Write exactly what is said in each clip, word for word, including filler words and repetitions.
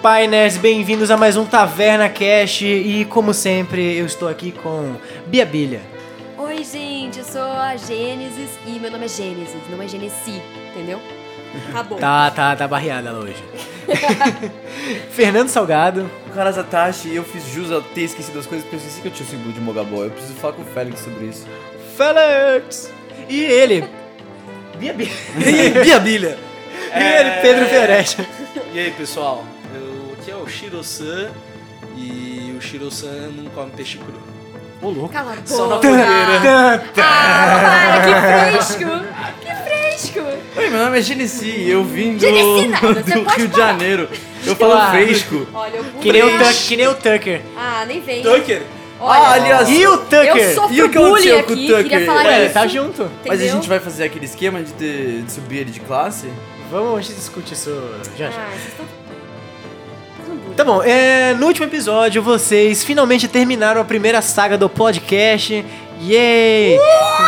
Pai Nerds, bem-vindos a mais um Taverna Cash. E como sempre, eu estou aqui com Bia Bilha. Oi gente, eu sou a Gênesis e meu nome é Gênesis, não é Genesi, entendeu? Acabou. Tá, tá, tá barreada ela hoje. Fernando Salgado. Cara, Zatashi, eu fiz jus a ter esquecido as coisas porque eu esqueci que eu tinha o símbolo de Mogabó. Eu preciso falar com o Félix sobre isso. Félix! E ele, Bia Bilha. Bia Bilha. E ele, Pedro Fioretti. E aí, pessoal? Eu, aqui é o Shiro-san e o Shiro-san não come peixe cru. Ô, louco. Cala a boca. Só na fogueira. Ah, para, que fresco. Que fresco. Oi, meu nome é Genesi, eu vim do, Genesi nada, você do pode Rio de falar. Janeiro. Eu falo Ah. fresco. Olha, eu Que nem, o bullying. Tucker, que nem o Tucker. Ah, nem vem. Tucker? Olha, Ah, aliás, E o Tucker? eu sofro E o que bullying aconteceu com o aqui, Tucker? queria falar Ué, isso. tá junto. Mas a entendeu? gente vai fazer aquele esquema de, ter, de subir ele de classe? Vamos, a gente discute isso já já. Ah, vocês estão... fazendo bullying. Tá bom, é, no último episódio vocês finalmente terminaram a primeira saga do podcast. Yay!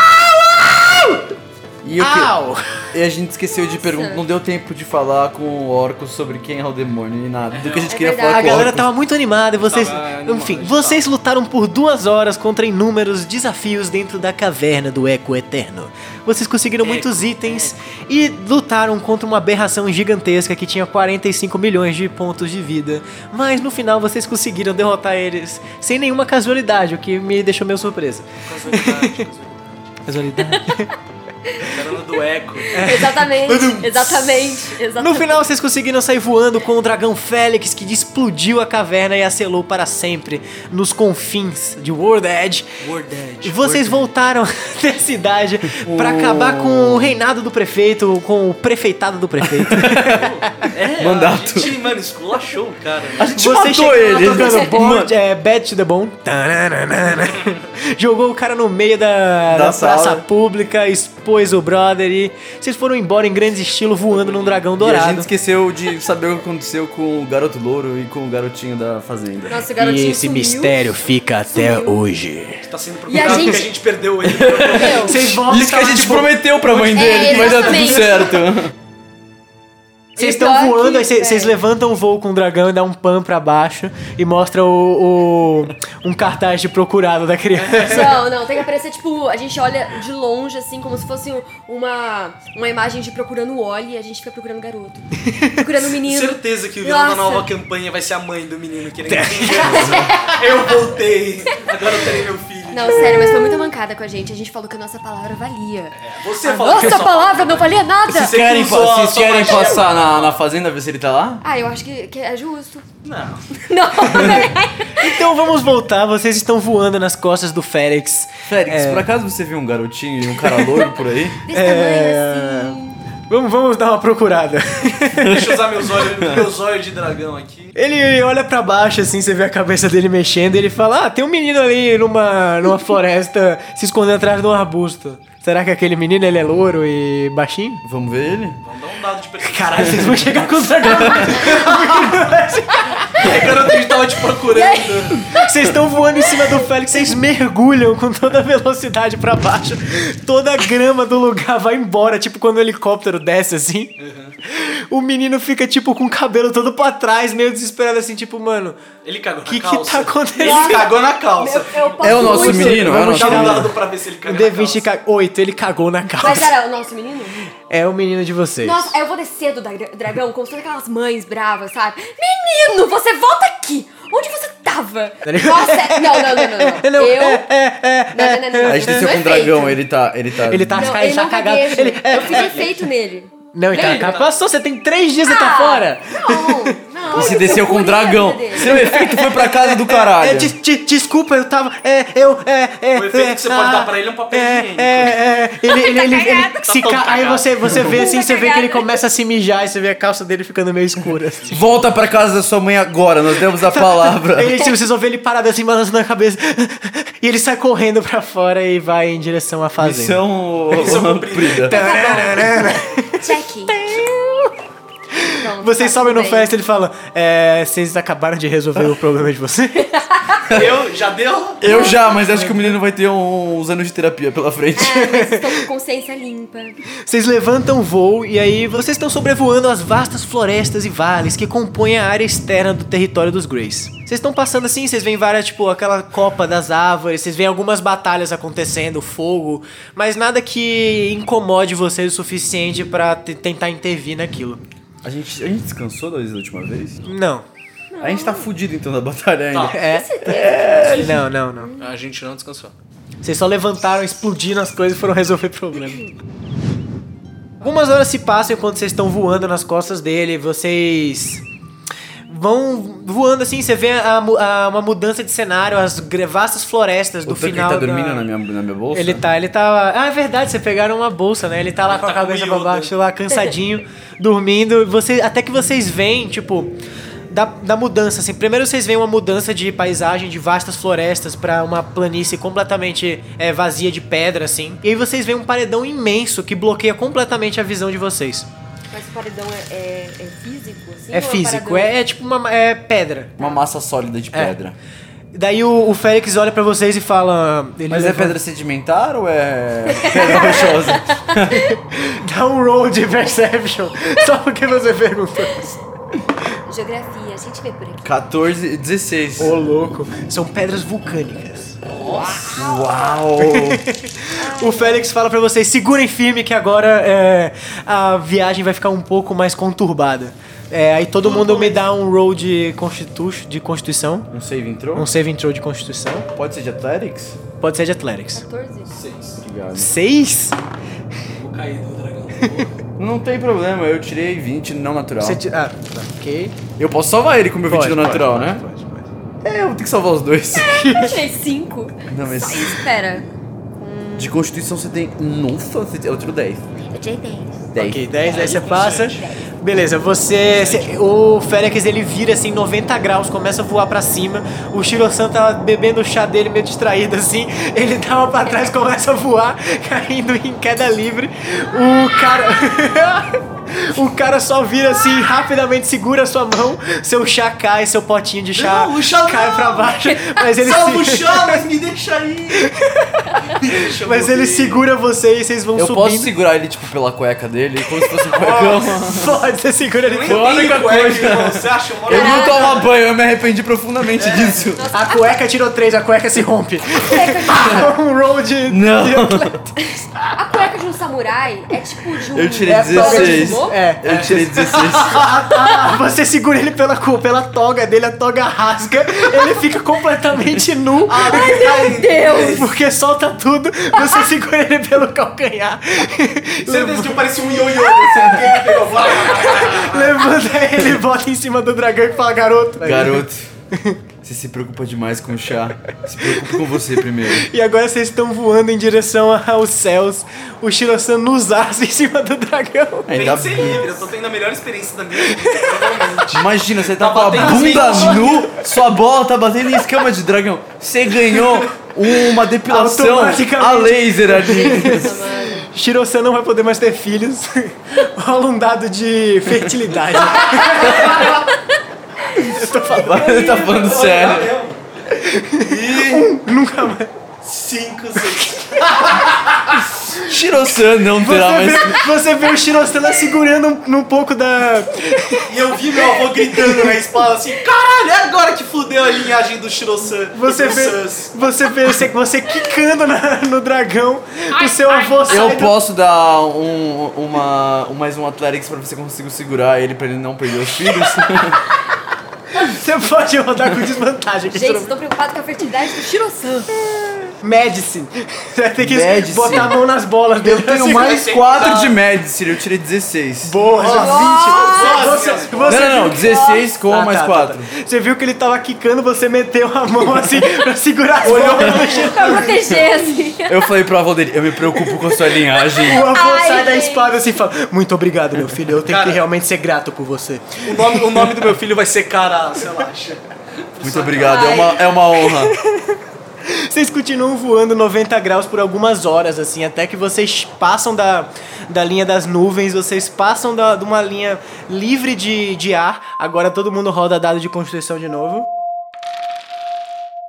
E, eu que- Au! e a gente esqueceu de perguntar, não deu tempo de falar com o Orcus sobre quem é o demônio e nada. Do que a gente É queria verdade. falar A com o galera Orcus. tava muito animada e vocês. Tava animado, Enfim, tava. vocês lutaram por duas horas contra inúmeros desafios dentro da caverna do Eco Eterno. Vocês conseguiram muitos itens e lutaram contra uma aberração gigantesca que tinha quarenta e cinco milhões de pontos de vida. Mas no final vocês conseguiram derrotar eles sem nenhuma casualidade, o que me deixou meio surpresa. Casualidade, casualidade. Casualidade? Carona do Eco. Exatamente, exatamente, exatamente. No final vocês conseguiram sair voando com o dragão Félix, que explodiu a caverna e a selou para sempre nos confins de World Edge. World Edge. E vocês voltaram até a cidade pra acabar com o reinado do prefeito, com o prefeitado do prefeito. É, Mandato. A gente, mano, esculachou o cara. A gente Vocês matou chegaram ele. tocando board, é, Bad to the Bone. Tananana. Jogou o cara no meio da, Da da praça sala. pública, expôs o brother e vocês foram embora em grande estilo voando num dragão E a dourado. gente esqueceu de saber o que aconteceu com o garoto louro e com o garotinho da fazenda. Nossa, o garotinho E esse sumiu. mistério fica até Sumiu. hoje. Tá sendo E a procurado gente- porque a gente perdeu ele. Meu, Vocês voltam Isso que a lá, gente tipo, prometeu pra mãe É, dele, que vai dar tudo exatamente. certo. Vocês E estão pior voando, que- aí vocês vocês é. levantam o voo com o dragão e dá um pan pra baixo e mostra o, o- um cartaz de procurado da criança. Não, não, tem que aparecer, tipo, a gente olha de longe, assim, como se fosse uma, uma imagem de procurando o Oli e a gente fica procurando o garoto. Procurando o menino. Certeza que o vilão da Nossa. nova campanha vai ser a mãe do menino querendo vingança. Eu voltei, agora eu terei meu filho. Não, sério, mas foi muita mancada com a gente. A gente falou que a nossa palavra valia. Você A falou que eu nossa só- palavra não valia nada! Vocês querem, usou a vocês sua querem magia. passar na, na fazenda ver se ele tá lá? Ah, eu acho que, que é justo. Não. Não, Então vamos voltar, vocês estão voando nas costas do Félix. Félix, É. por acaso você viu um garotinho e um cara loiro por aí? desse É. tamanho assim. Vamos, vamos dar uma procurada. Deixa eu usar meus olhos, meus olhos de dragão aqui. Ele olha pra baixo assim, você vê a cabeça dele mexendo e ele fala: Ah, tem um menino ali numa, numa floresta se escondendo atrás de um arbusto. Será que aquele menino ele é louro e baixinho? Vamos ver ele? Vamos dar um dado de percepção. Caralho, vocês vão chegar com o dragão. O garoto a gente tava te procurando. Vocês estão voando em cima do Félix, vocês mergulham com toda a velocidade pra baixo. Toda a grama do lugar vai embora, tipo quando o helicóptero desce assim. O menino fica tipo com o cabelo todo pra trás, meio desesperado assim, tipo, mano, Ele cagou o na que que calça. tá acontecendo? Ele cagou na calça. Eu, eu posso É o nosso muito. menino, é o Vamos nosso Dá um tirar dado pra ver se ele O caga D na vinte calça. ca... oito, ele cagou na Mas calça. era o nosso menino? É o menino de vocês. Nossa, aí eu vou descer do dra- dragão como se fosse aquelas mães bravas, sabe? Menino, você volta aqui! Onde você tava? Tá ligado? Nossa, é- não, não, não, não, não. Não, Eu... é, é, é, Não, não, não, não. A gente desceu Não com é um dragão, feito. ele tá. Ele tá. Ele tá, Não, ele ele tá não cagado. gagueja. Ele, é, Eu fiz efeito nele. Não, então, Lembra? cara, passou, você tem três dias e tá Ah, fora. Não, não. E se eu desceu com um puni a dragão. vida dele. Seu efeito foi pra casa do É, caralho. des- des- desculpa, eu tava. É, eu. É, é, O efeito é, que você pode dar pra ele é um papel é, higiênico. É, é, ele, ele, ele, ele se Tá todo ca... Aí cagado. você, você vê assim, Tá você vê que ele cagado. começa a se mijar e você vê a calça dele ficando meio escura. Assim. Volta pra casa da sua mãe agora, nós demos a palavra. Ele, tipo, vocês vão ver ele parado assim, balançando a cabeça. E ele sai correndo pra fora e vai em direção à fazenda. Missão Missão cumprida. Tararara. Check. Pronto, Vocês tá sobem no tudo bem. festa e ele fala: é, vocês acabaram de resolver o problema de vocês? Eu, já deu? Eu já, mas acho que o menino vai ter um- uns anos de terapia pela frente. É, mas estou com consciência limpa. Vocês levantam voo e aí vocês estão sobrevoando as vastas florestas e vales que compõem a área externa do território dos Greys. Vocês estão passando assim, vocês veem várias, tipo, aquela copa das árvores, vocês veem algumas batalhas acontecendo, fogo, mas nada que incomode vocês o suficiente pra te- tentar intervir naquilo. A gente, a gente descansou da última vez? Não. A gente tá fudido então da batalha ainda. Tá. É? certeza. Não, não, não. A gente não descansou. Vocês só levantaram, explodiram as coisas e foram resolver problema. Algumas horas se passam enquanto vocês estão voando nas costas dele, vocês vão voando assim, você vê a, mu- a- uma mudança de cenário, as gre- vastas florestas do O Tucker final tá da- dormindo na, minha, na minha bolsa? Ele tá, ele tá... Ah, é verdade, vocês pegaram uma bolsa, né? Ele tá lá Ele com a tá com cabeça o pra Yoda. baixo, lá cansadinho, dormindo. Você, até que vocês veem, tipo... Da, da mudança, assim, primeiro vocês veem uma mudança de paisagem, de vastas florestas pra uma planície completamente é, vazia de pedra, assim. E aí vocês veem um paredão imenso que bloqueia completamente a visão de vocês. Mas o paredão é, é, é físico, assim? É ou físico, paredão? é, é tipo uma é pedra. Uma massa sólida de É. pedra. Daí o, o Félix olha pra vocês e fala... Ele Mas é levanta- pedra sedimentar ou é pedra rochosa? Dá um roll de perception, só porque você perguntou isso. Geografia, a gente vê por aqui. quatorze, dezesseis. Ô, louco. São pedras vulcânicas. Uau! O Félix fala pra vocês, segurem firme que agora é, a viagem vai ficar um pouco mais conturbada. É, aí todo mundo me dá um roll de, constitu de constituição. Um save entrou? Um save intro de constituição. Pode ser de Athletics? Pode ser de Athletics. quatorze? Seis. Obrigado. Seis? Vou cair do dragão. Não tem problema, eu tirei vinte não natural. Você ti- Ah, tá, ok. Eu posso salvar ele com meu vinte Pode, no natural, pode, né? pode, pode. É, eu vou ter que salvar os dois. Eu tirei cinco. Não, mas Só isso, pera. de constituição você tem... Nossa, você- eu tiro dez. Eu tirei dez. dez. Ok, dez, aí você passa. Beleza, você, você- o Félix ele vira assim noventa graus, começa a voar pra cima. O Shiro-san tá bebendo o chá dele meio distraído assim. Ele dá uma pra trás, começa a voar, caindo em queda livre. O cara O cara só vira assim, rapidamente segura a sua mão, seu chá cai, seu potinho de chá, Não, o chá cai não! pra baixo, mas ele Salva o se... chá, mas me deixa aí! Me deixa mas morrer. ele segura você e vocês vão Eu subindo. posso segurar ele, tipo, pela cueca dele, como se fosse um cuecão. Pode, você segura ele Eu pela nem tenho única cueca, coisa. irmão. Você acha? Eu moro Eu lá. não tomo banho, eu me arrependi profundamente disso. A cueca tirou três, a cueca se rompe. um roll de... Não. A cueca de um samurai é tipo de um... Eu tirei É a toga de dezesseis. sumô? É. Eu tirei dezesseis. Ah, você segura ele pela, cu- pela toga dele, a toga rasga, ele fica completamente nu. Ai, meu Deus! Porque solta tudo, você segura ele pelo calcanhar. Certeza que eu parecia um ioiô. Você quem pegou? Blá, blá, blá, blá. Levanta ele, bota em cima do dragão e fala, garoto. Garoto, você se preocupa demais com o chá. Se preocupa com você primeiro. E agora vocês estão voando em direção aos céus. O Shiro-san nos asa em cima do dragão. Ainda Tem que ser livre, eu tô tendo a melhor experiência da minha vida, provavelmente. Imagina, você tá, Tá com a batendo bunda assim, ó. nu, sua bola tá batendo em escama de dragão. Você ganhou uma depilação Automaticamente. a laser ali. Nossa, mano. Shiro-san não vai poder mais ter filhos. Rola um dado de fertilidade. Eu tô falando. Ele tá falando sério. Nunca mais. Cinco, seis. Shiro-san não terá Você mais. vê, você vê o Shiro-san lá segurando um, um pouco da... E eu vi meu avô gritando na espada assim: caralho, é agora que fudeu a linhagem do Shiro-san. Você Do vê, Sans. você vê você, você quicando na- no dragão. O seu avô sai Eu do- posso dar um, uma, um- mais um Athletics pra você conseguir segurar ele pra ele não perder os filhos? Você pode rodar com desvantagem. Gente, vocês estão preocupados com a fertilidade do Shiro-san. Medicine. Você vai ter que Medicine. botar a mão nas bolas dele. Eu tenho assim. mais tem quatro que dar- de Medicine, eu tirei dezesseis. Boa, já Nossa, vinte. Você, você Não, não, não, viu que- dezesseis com Ah, mais tá, quatro. tá, tá. Você viu que ele tava quicando, você meteu a mão assim pra segurar as bolas do Shiro. Pra proteger, assim. Eu falei pro avô dele, eu me preocupo com a sua linhagem. O avô Ai, sai da gente. espada assim e fala: muito obrigado, meu filho. Eu tenho Cara. que realmente ser grato por você. O nome, o nome do meu filho vai ser Cara, sei lá. Muito obrigado, é uma, é uma honra. Vocês continuam voando noventa graus por algumas horas, assim, até que vocês passam da, da linha das nuvens, vocês passam da, de uma linha livre de, de ar. Agora todo mundo roda dado de constituição de novo.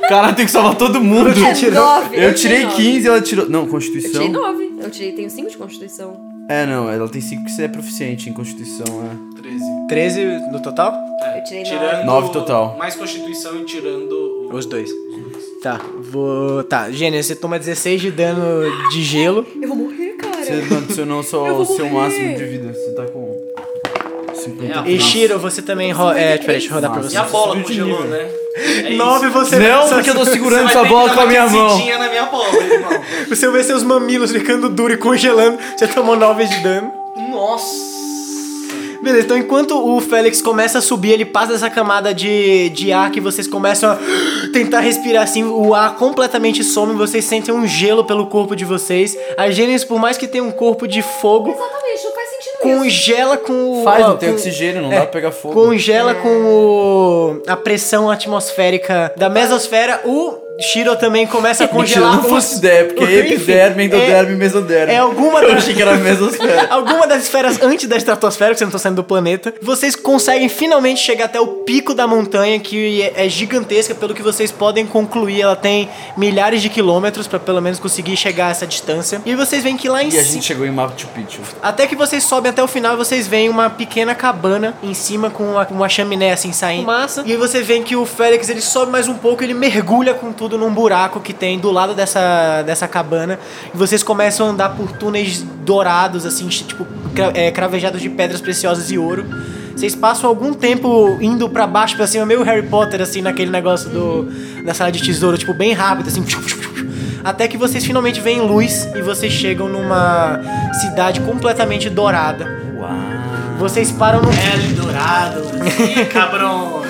Cara, tem que salvar todo mundo. É nove. Eu tirei nove. quinze e ela tirou... Não, Eu Constituição. tirei nove. Eu tirei, tenho cinco de Constituição. É, não, ela tem cinco porque você é proficiente em Constituição, é. treze. treze no total? É, Eu tirei tirando nove total. Mais Constituição e tirando o- Os dois. Tá, vou... Tá, Gênesis, você toma dezesseis de dano de gelo. Eu vou morrer, cara. Você não adicionou só Eu o vou seu morrer. máximo de vida. Você tá com... cinquenta. É, E Shiro, você também... Ro... É, peraí, deixa eu rodar pra Nossa. você. E a bola Subiu de congelou, nível. né? É isso. nove você... Não, porque eu tô segurando Você essa vai ter bola que com a dar minha uma mão. aquecidinha na minha bola, irmão. Você vê seus mamilos ficando duros e congelando. Você tomou nove de dano. Nossa. Beleza, então enquanto o Félix começa a subir, ele passa dessa camada de, de ar que vocês começam a tentar respirar assim, o ar completamente some, vocês sentem um gelo pelo corpo de vocês. A Gênesis, por mais que tenha um corpo de fogo, Exatamente, não faz sentido isso. congela com o... Faz, ó, não tem com- oxigênio, não é, dá pra pegar fogo. Congela com o, a pressão atmosférica da mesosfera. O Shiro também começa a Mentira, congelar não fosse os- ideia, porque é Enfim, epiderme, endoderme, mesoderme. é alguma Eu das- achei que era mesosfera. Alguma das esferas antes da estratosfera, que vocês não estão saindo do planeta, vocês conseguem finalmente chegar até o pico da montanha, que é é gigantesca, pelo que vocês podem concluir. Ela tem milhares de quilômetros pra pelo menos conseguir chegar a essa distância. E vocês veem que lá em E a cima... gente chegou em Machu Picchu. Até que vocês sobem até o final, vocês veem uma pequena cabana em cima com uma, uma chaminé assim saindo massa. E aí você vê que o Félix ele sobe mais um pouco, ele mergulha com tudo num buraco que tem do lado dessa, dessa cabana. E vocês começam a andar por túneis dourados, assim, tipo cra- é, cravejados de pedras preciosas e ouro. Vocês passam algum tempo indo pra baixo, pra cima, meio Harry Potter, assim, naquele negócio do, da sala de tesouro, tipo, bem rápido, assim. Até que vocês finalmente veem luz e vocês chegam numa cidade completamente dourada. Uau. Vocês param no... El Dourado. Sim, cabrão.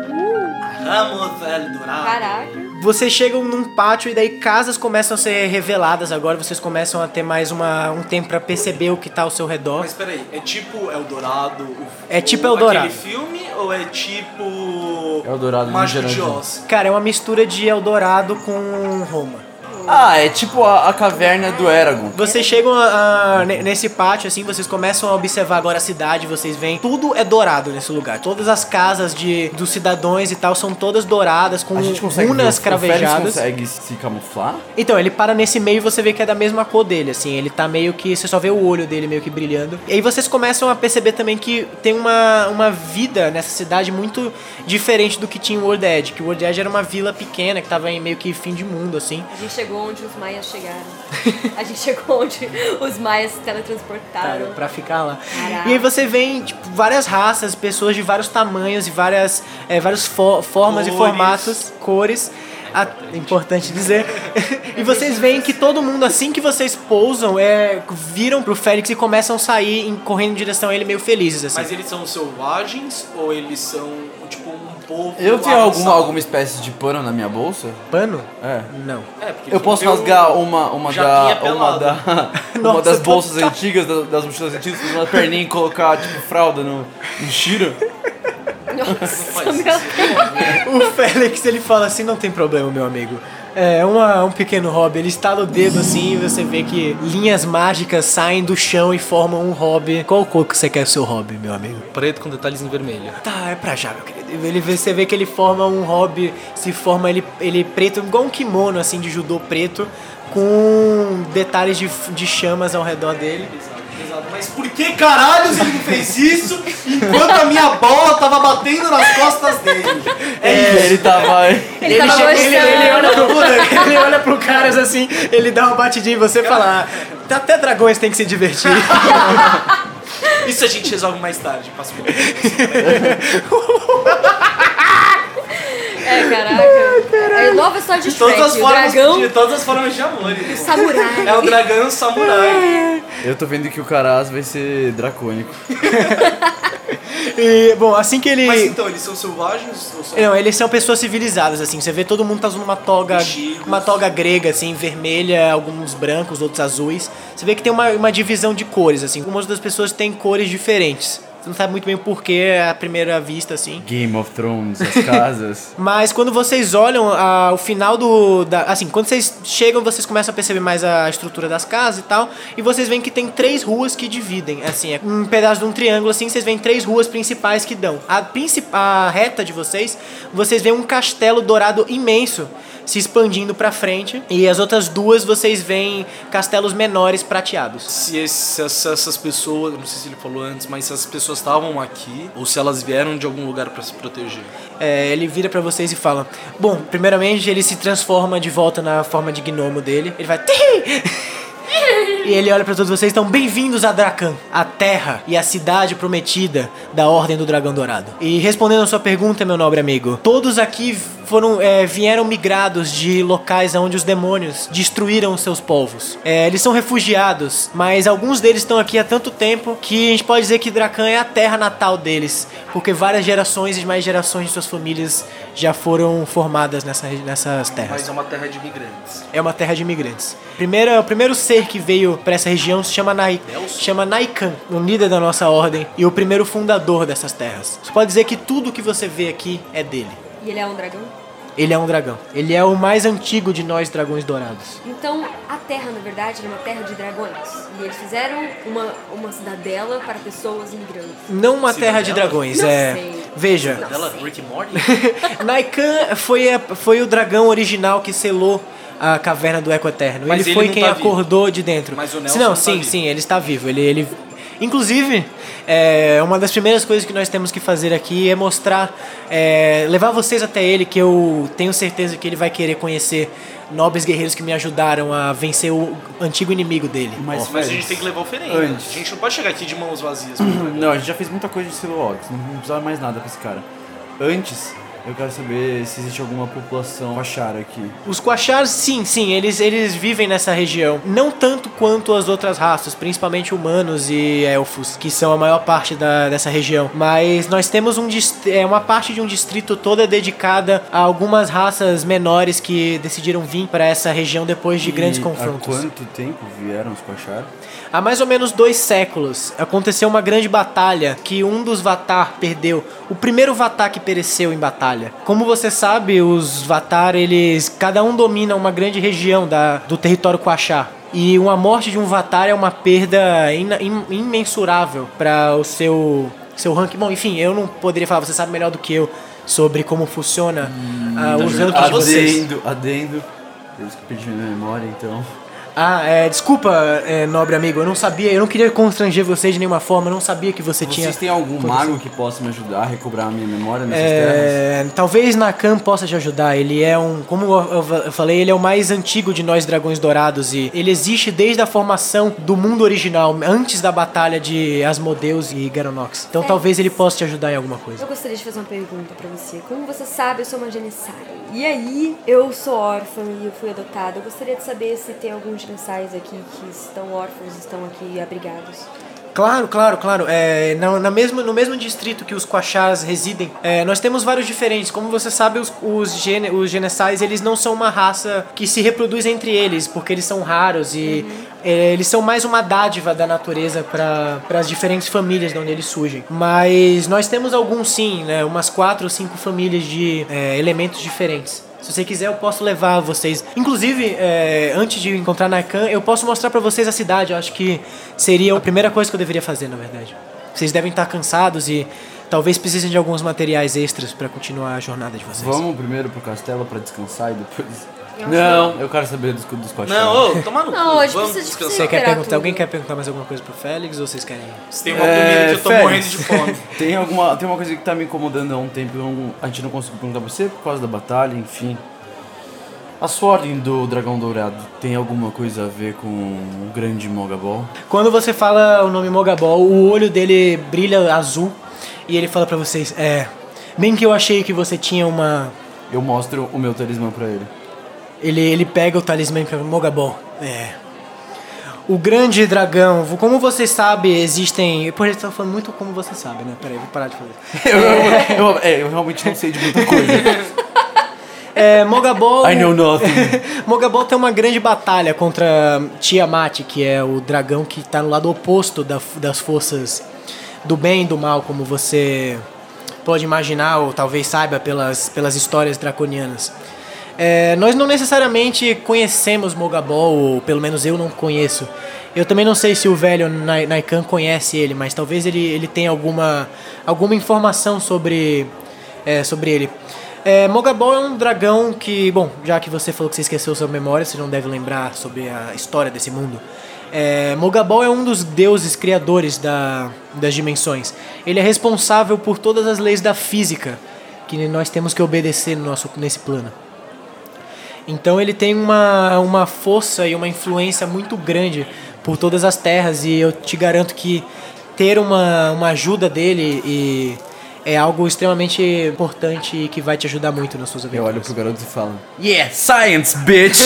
Amo El Dourado. Caraca. Vocês chegam num pátio e daí casas começam a ser reveladas agora. Vocês começam a ter mais uma, um tempo pra perceber o que tá ao seu redor. Mas peraí, é tipo Eldorado? o- É tipo o- Eldorado. Aquele filme ou é tipo... Eldorado, Mágico Minas de Gerais. Oz? Cara, é uma mistura de Eldorado com Roma. Ah, é tipo a, a caverna do Eragon. Vocês chegam a- a- ne- nesse pátio, assim, vocês começam a observar agora a cidade, vocês veem, tudo é dourado nesse lugar. Todas as casas de, dos cidadãos e tal são todas douradas, com A gente consegue runas ver, o Félix cravejadas. consegue se camuflar? Então, ele para nesse meio e você vê que é da mesma cor dele, assim, ele tá meio que, você só vê o olho dele meio que brilhando. E aí vocês começam a perceber também que tem uma, uma vida nessa cidade muito diferente do que tinha o World Edge, que o World Edge era uma vila pequena, que tava em meio que fim de mundo, assim. A gente chegou onde os maias chegaram. A gente chegou onde os maias se teletransportaram. Cara, pra ficar lá. Caraca. E aí você vê tipo, várias raças, pessoas de vários tamanhos e várias, é, várias fo- formas Cores. e formatos, cores. A- é importante dizer. E vocês veem que todo mundo, assim que vocês pousam, é, viram pro Félix e começam a sair em- correndo em direção a ele meio felizes, assim. Mas eles são selvagens ou eles são tipo um povo Eu tenho alguma, avançado? alguma espécie de pano na minha bolsa? Pano? É. Não. É, porque Eu posso eu- rasgar uma, uma, Japinha da, uma, pelado. da, uma Nossa, das bolsas total. antigas, da- das mochilas antigas, fazer uma perninha e colocar, tipo, fralda no, no Shiro? Nossa, meu Deus. O Félix, ele fala assim, não tem problema, meu amigo. É uma, um pequeno hobby. Ele estala o dedo assim e você vê que linhas mágicas saem do chão e formam um hobby. Qual cor que você quer o seu hobby, meu amigo? Preto com detalhes em vermelho. Tá, é pra já, meu querido. Ele, você vê que ele forma um hobby, se forma ele, ele preto, igual um kimono assim de judô preto, com detalhes de, de chamas ao redor dele. Exato, exato. Mas por que caralho ele não fez isso enquanto a minha bola tava batendo nas costas dele? É, ele tava... Ele tava chega- ele, ele olha gostando. pro, ele olha pro caras assim, ele dá uma batidinha em você e fala: ah, até dragões tem que se divertir. Isso a gente resolve mais tarde, passa por É, caraca. É nova história de de todas Shrek. as O formas dragão, de todas as formas de amor. irmão. o samurai. É o dragão samurai. Eu tô vendo que o Karaz vai ser dracônico. E, bom, assim que ele. Mas então, eles são selvagens ou são... Não, eles são pessoas civilizadas, assim. Você vê todo mundo tá usando uma toga, Vestidos. uma toga grega, assim, vermelha, alguns brancos, outros azuis. Você vê que tem uma, uma divisão de cores, assim. Algumas das pessoas têm cores diferentes. Você não sabe muito bem o porquê à primeira vista, assim. Game of Thrones, as casas. Mas quando vocês olham ah, o final do... Da, assim, quando vocês chegam, vocês começam a perceber mais a estrutura das casas e tal. E vocês veem que tem três ruas que dividem. Assim, é um pedaço de um triângulo, assim, vocês veem três ruas principais que dão. A, princip, a reta de vocês, vocês veem um castelo dourado imenso se expandindo pra frente. E as outras duas, vocês veem castelos menores prateados. Se, esse, se essas pessoas, não sei se ele falou antes, mas se as pessoas estavam aqui ou se elas vieram de algum lugar pra se proteger. É, ele vira pra vocês e fala: bom, primeiramente ele se transforma de volta na forma de gnomo dele. Ele vai... E ele olha pra todos vocês, então bem-vindos a Dracan, a terra e a cidade prometida da Ordem do Dragão Dourado. E respondendo a sua pergunta, meu nobre amigo, todos aqui foram, é, vieram migrados de locais onde os demônios destruíram seus povos. É, eles são refugiados, mas alguns deles estão aqui há tanto tempo que a gente pode dizer que Dracan é a terra natal deles, porque várias gerações e mais gerações de suas famílias já foram formadas nessa, nessas terras. Mas é uma terra de imigrantes. É uma terra de imigrantes. Primeiro, o primeiro ser que veio para essa região se chama Nai, chama Naikan, o líder da nossa ordem e o primeiro fundador dessas terras. Você pode dizer que tudo que você vê aqui é dele. E ele é um dragão? Ele é um dragão. Ele é o mais antigo de nós dragões dourados. Então, a Terra, na verdade, é uma terra de dragões. E eles fizeram uma, uma cidadela para pessoas imigrantes. Não uma Cidadela? terra de dragões, Não é... sei. Veja, Dela, Rick and Morty? Naikan foi, a, foi o dragão original que selou a caverna do Eco Eterno. Mas ele ele foi não quem tá acordou vivo. De dentro. Mas o Nelson Sim, não, não tá sim, vivo. sim, ele está vivo. Ele, ele... Inclusive, é, uma das primeiras coisas que nós temos que fazer aqui é mostrar, é, levar vocês até ele, que eu tenho certeza que ele vai querer conhecer nobres guerreiros que me ajudaram a vencer o antigo inimigo dele. Mas, Mas a Félix, gente tem que levar oferenda. Antes. A gente não pode chegar aqui de mãos vazias. Não, a gente já fez muita coisa de Silox, não precisava mais nada pra esse cara. Antes, eu quero saber se existe alguma população Quachara aqui. Os Quachars, sim, sim, eles, eles vivem nessa região. Não tanto quanto as outras raças, principalmente humanos e elfos, que são a maior parte da, dessa região. Mas nós temos um dist- é, uma parte de um distrito toda dedicada a algumas raças menores que decidiram vir para essa região depois de E grandes há confrontos. quanto tempo vieram os Quachara? Há mais ou menos dois séculos aconteceu uma grande batalha que um dos Vatar perdeu. O primeiro Vatar que pereceu em batalha. Como você sabe, os Vatar, eles cada um domina uma grande região da, do território Quachar. E uma morte de um Vatar é uma perda in, in, imensurável para o seu, seu ranking. Bom, enfim, eu não poderia falar, você sabe melhor do que eu sobre como funciona hum, uh, os ranks de vocês. Adendo, adendo. Eu que perdi minha memória, então... Ah, é, desculpa, é, nobre amigo, eu não sabia, eu não queria constranger vocês de nenhuma forma, eu não sabia que você Vocês tinha... têm algum mago que possa me ajudar a recobrar a minha memória nessas É, talvez Nakan possa te ajudar. Ele é um, como eu eu falei, ele é o mais antigo de nós dragões dourados e ele existe desde a formação do mundo original, antes da batalha de Asmodeus e Garonox. Então É. talvez ele possa te ajudar em alguma coisa. Eu gostaria de fazer uma pergunta pra você. Como você sabe, eu sou uma genissaria. E aí, eu sou órfã e eu fui adotada. Eu gostaria de saber se tem alguns genissários aqui que estão órfãos, estão aqui abrigados. Claro, claro, claro. É, na, na mesma, no mesmo distrito que os Quachars residem, é, nós temos vários diferentes. Como você sabe, os, os, gene, os Genessais, eles não são uma raça que se reproduz entre eles, porque eles são raros e uhum. é, eles são mais uma dádiva da natureza para as diferentes famílias de onde eles surgem. Mas nós temos alguns sim, né, umas quatro ou cinco famílias de é, elementos diferentes. Se você quiser, eu posso levar vocês. Inclusive, é, antes de encontrar Naikan, eu posso mostrar pra vocês a cidade. Eu acho que seria a primeira coisa que eu deveria fazer, na verdade. Vocês devem estar cansados e talvez precisem de alguns materiais extras pra continuar a jornada de vocês. Vamos primeiro pro castelo pra descansar e depois... Eu Não, eu quero saber dos, dos Quachara. Não, ô, toma no cu. Não, a gente Vamos precisa de descansar. Você quer Esperar perguntar? tudo. Alguém quer perguntar mais alguma coisa pro Félix ou vocês querem? Se tem uma É, comida que eu tô Félix. morrendo de fome. Tem, alguma, tem uma coisa que tá me incomodando há um tempo, eu não- a gente não conseguiu perguntar pra você por causa da batalha, enfim. A sua ordem do Dragão Dourado tem alguma coisa a ver com o grande Mogabol? Quando você fala o nome Mogabol, o olho dele brilha azul e ele fala pra vocês, é... Bem que eu achei que você tinha uma... Eu mostro o meu talismã pra ele. Ele, ele pega o talismã e fala, Mogabol, é... O grande dragão, como você sabe, existem... Pô, ele tá falando muito como você sabe, né? Peraí, vou parar de fazer. Eu, eu, eu, é, eu realmente não sei de muita coisa. É, Mogabol... I know nothing. Mogabol tem uma grande batalha contra Tiamat, que é o dragão que tá no lado oposto da, das forças do bem e do mal, como você pode imaginar ou talvez saiba pelas, pelas histórias draconianas. É, nós não necessariamente conhecemos Mogabol, ou pelo menos eu não conheço. Eu também não sei se o velho Naikan conhece ele, mas talvez ele, ele tenha alguma, alguma informação sobre, é, sobre ele. É, Mogabol é um dragão que, bom, já que você falou que você esqueceu sua memória, você não deve lembrar sobre a história desse mundo. É, Mogabol é um dos deuses criadores da, das dimensões. Ele é responsável por todas as leis da física que nós temos que obedecer no nosso, nesse plano. Então ele tem uma, uma força e uma influência muito grande por todas as terras, e eu te garanto que ter uma, uma ajuda dele e é algo extremamente importante e que vai te ajudar muito nas suas aventuras. Eu olho pro garoto e falo: Yeah, science, bitch!